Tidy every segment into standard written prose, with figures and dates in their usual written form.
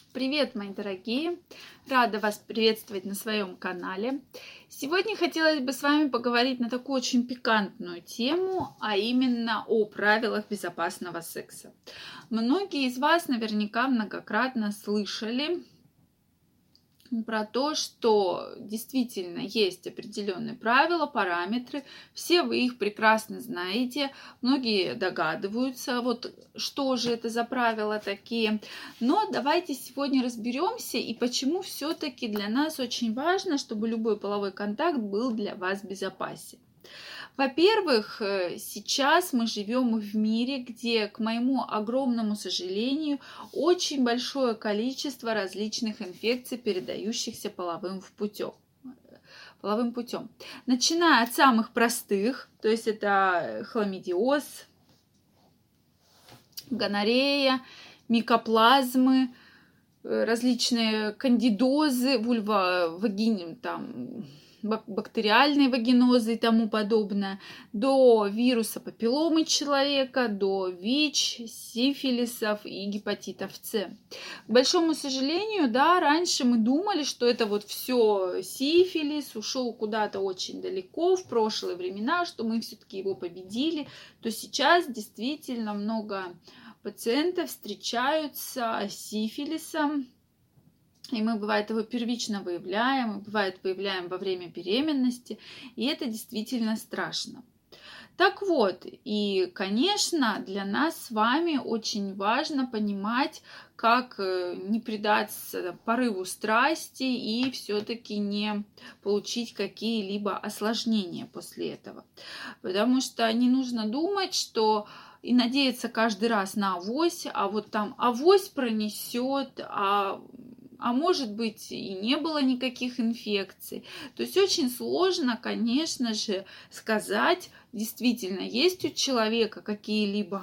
Привет, мои дорогие! Рада вас приветствовать на своем канале. Сегодня хотелось бы с вами поговорить на такую очень пикантную тему, а именно о правилах безопасного секса. Многие из вас наверняка многократно слышали про то, что действительно есть определенные правила, параметры, все вы их прекрасно знаете, многие догадываются, вот что же это за правила такие. Но давайте сегодня разберемся и почему все-таки для нас очень важно, чтобы любой половой контакт был для вас безопасен. Во-первых, сейчас мы живем в мире, где, к моему огромному сожалению, очень большое количество различных инфекций, передающихся половым путем. Начиная от самых простых, то есть это хламидиоз, гонорея, микоплазмы, различные кандидозы, бактериальные вагинозы и тому подобное, до вируса папилломы человека, до ВИЧ, сифилисов и гепатитов С. К большому сожалению, раньше мы думали, что это вот все сифилис ушел куда-то очень далеко в прошлые времена, что мы все-таки его победили, то сейчас действительно много пациентов встречаются с сифилисом. И мы, бывает, его первично выявляем, и бывает, выявляем во время беременности, и это действительно страшно. Так вот, и, конечно, для нас с вами очень важно понимать, как не предаться порыву страсти и все-таки не получить какие-либо осложнения после этого. Потому что не нужно думать, что и надеяться каждый раз на авось, а вот там авось пронесет, а может быть и не было никаких инфекций. То есть очень сложно, конечно же, сказать, действительно есть у человека какие-либо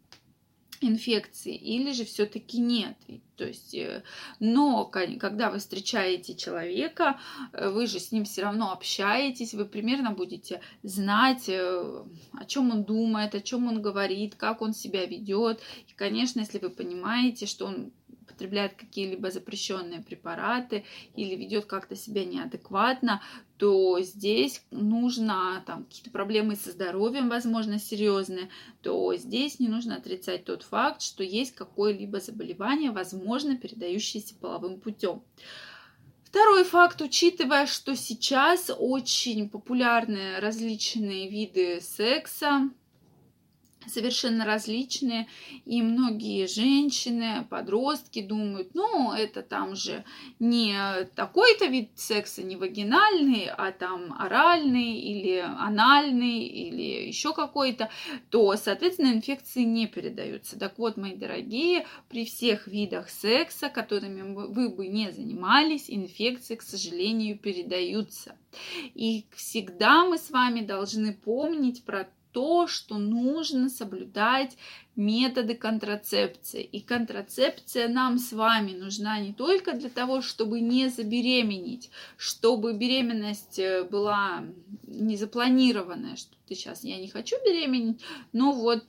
инфекции или же все-таки нет. То есть, но когда вы встречаете человека, вы же с ним все равно общаетесь, вы примерно будете знать, о чем он думает, о чем он говорит, как он себя ведет. И, конечно, если вы понимаете, что он употребляет какие-либо запрещенные препараты или ведет как-то себя неадекватно, то здесь нужно какие-то проблемы со здоровьем, возможно, серьезные, то здесь не нужно отрицать тот факт, что есть какое-либо заболевание, возможно, передающееся половым путем. Второй факт, учитывая, что сейчас очень популярны различные виды секса, совершенно различные, и многие женщины, подростки думают, это там же не такой-то вид секса, не вагинальный, а там оральный или анальный или еще какой-то, то, соответственно, инфекции не передаются. Так вот, мои дорогие, при всех видах секса, которыми вы бы не занимались, инфекции, к сожалению, передаются. И всегда мы с вами должны помнить про то, что нужно соблюдать методы контрацепции. И контрацепция нам с вами нужна не только для того, чтобы не забеременеть, чтобы беременность была не запланированная, что ты сейчас, я не хочу беременеть, но вот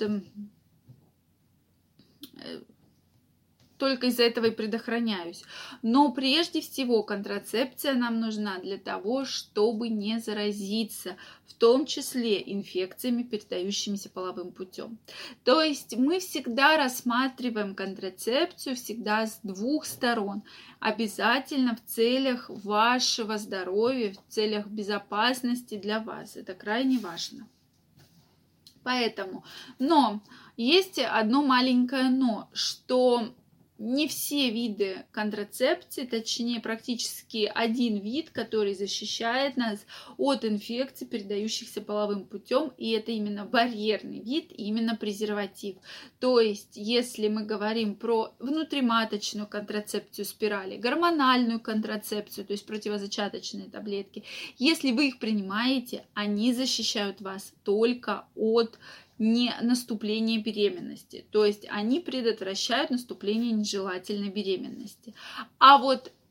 только из-за этого и предохраняюсь. Но прежде всего контрацепция нам нужна для того, чтобы не заразиться, в том числе инфекциями, передающимися половым путем. То есть мы всегда рассматриваем контрацепцию всегда с двух сторон. Обязательно в целях вашего здоровья, в целях безопасности для вас. Это крайне важно. Поэтому, но есть одно маленькое но, что не все виды контрацепции, точнее практически один вид, который защищает нас от инфекций, передающихся половым путем, и это именно барьерный вид, именно презерватив. То есть, если мы говорим про внутриматочную контрацепцию спирали, гормональную контрацепцию, то есть противозачаточные таблетки, если вы их принимаете, они защищают вас только от не наступление беременности. То есть они предотвращают наступление нежелательной беременности. А вот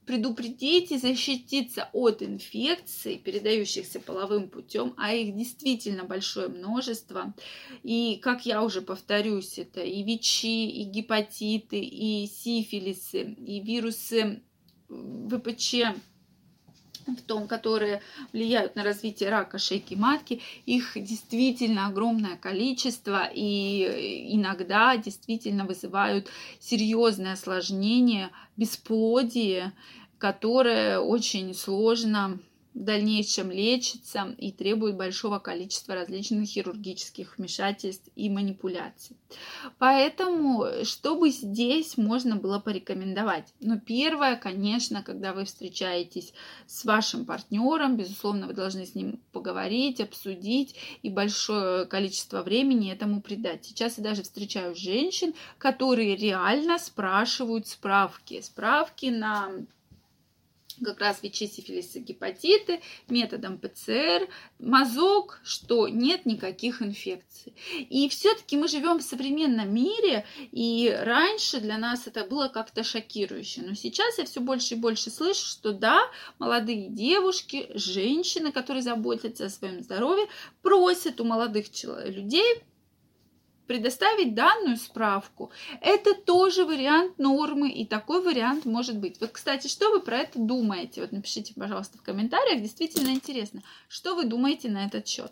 предупредить и защититься от инфекций, передающихся половым путем, а их действительно большое множество. И, как я уже повторюсь, это и ВИЧи, и гепатиты, и сифилисы, и вирусы ВПЧ, в том, которые влияют на развитие рака шейки матки, их действительно огромное количество, и иногда действительно вызывают серьезные осложнения, бесплодие, которое очень сложно в дальнейшем лечится и требует большого количества различных хирургических вмешательств и манипуляций. Поэтому, что бы здесь можно было порекомендовать? Ну, первое, конечно, когда вы встречаетесь с вашим партнером, безусловно, вы должны с ним поговорить, обсудить и большое количество времени этому придать. Сейчас я даже встречаю женщин, которые реально спрашивают справки на как раз ВИЧи, сифилисы, гепатиты методом ПЦР, мазок, что нет никаких инфекций. И все-таки мы живем в современном мире, и раньше для нас это было как-то шокирующе. Но сейчас я все больше и больше слышу, что да, молодые девушки, женщины, которые заботятся о своем здоровье, просят у молодых людей предоставить данную справку. Это тоже вариант нормы, и такой вариант может быть. Вот, кстати, что вы про это думаете? Вот напишите, пожалуйста, в комментариях. Действительно интересно, что вы думаете на этот счет.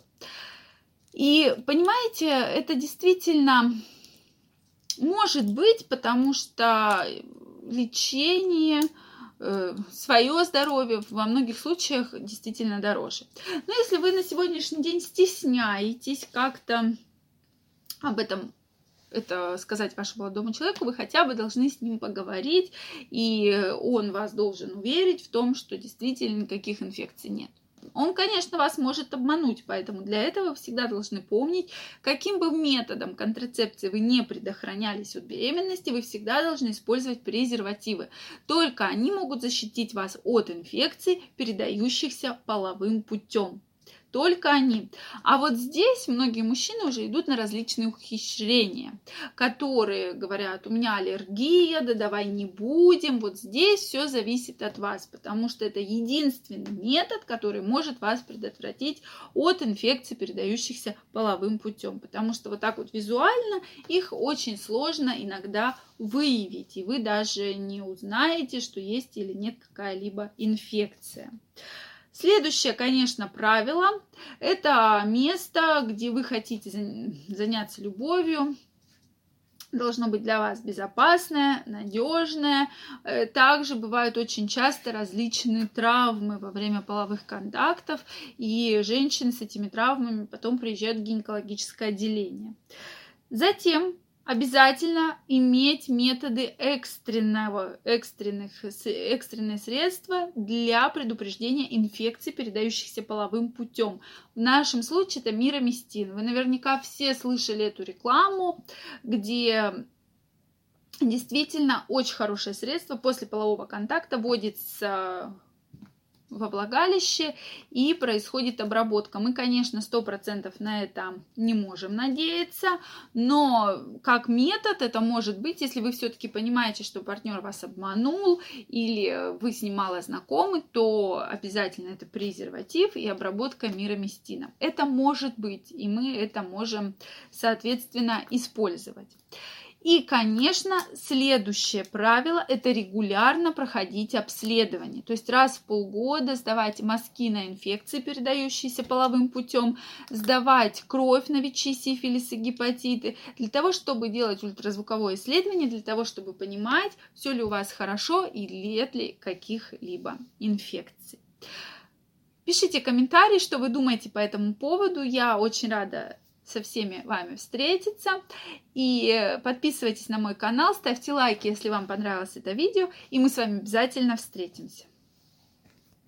И, понимаете, это действительно может быть, потому что лечение, свое здоровье во многих случаях действительно дороже. Но если вы на сегодняшний день стесняетесь как-то об этом это сказать вашему молодому человеку, вы хотя бы должны с ним поговорить, и он вас должен уверить в том, что действительно никаких инфекций нет. Он, конечно, вас может обмануть, поэтому для этого вы всегда должны помнить, каким бы методом контрацепции вы не предохранялись от беременности, вы всегда должны использовать презервативы. Только они могут защитить вас от инфекций, передающихся половым путем. Только они. А вот здесь многие мужчины уже идут на различные ухищрения, которые говорят: у меня аллергия, да давай не будем. Вот здесь все зависит от вас, потому что это единственный метод, который может вас предотвратить от инфекций, передающихся половым путем. Потому что вот так вот визуально их очень сложно иногда выявить, и вы даже не узнаете, что есть или нет какая-либо инфекция. Следующее, конечно, правило – это место, где вы хотите заняться любовью. Должно быть для вас безопасное, надежное. Также бывают очень часто различные травмы во время половых контактов, и женщины с этими травмами потом приезжают в гинекологическое отделение. Затем обязательно иметь методы экстренные средства для предупреждения инфекций, передающихся половым путем. В нашем случае это мироместин. Вы наверняка все слышали эту рекламу, где действительно очень хорошее средство после полового контакта вводится во влагалище и происходит обработка. Мы, конечно, 100% на это не можем надеяться, но как метод это может быть, если вы все-таки понимаете, что партнер вас обманул или вы с ним мало знакомы, то обязательно это презерватив и обработка мироместином. Это может быть, и мы это можем, соответственно, использовать. И, конечно, следующее правило – это регулярно проходить обследование. То есть раз в полгода сдавать мазки на инфекции, передающиеся половым путем, сдавать кровь на ВИЧи, сифилисы, гепатиты, для того, чтобы делать ультразвуковое исследование, для того, чтобы понимать, все ли у вас хорошо и нет ли каких-либо инфекций. Пишите комментарии, что вы думаете по этому поводу. Я очень рада со всеми вами встретиться. И подписывайтесь на мой канал, ставьте лайки, если вам понравилось это видео, и мы с вами обязательно встретимся.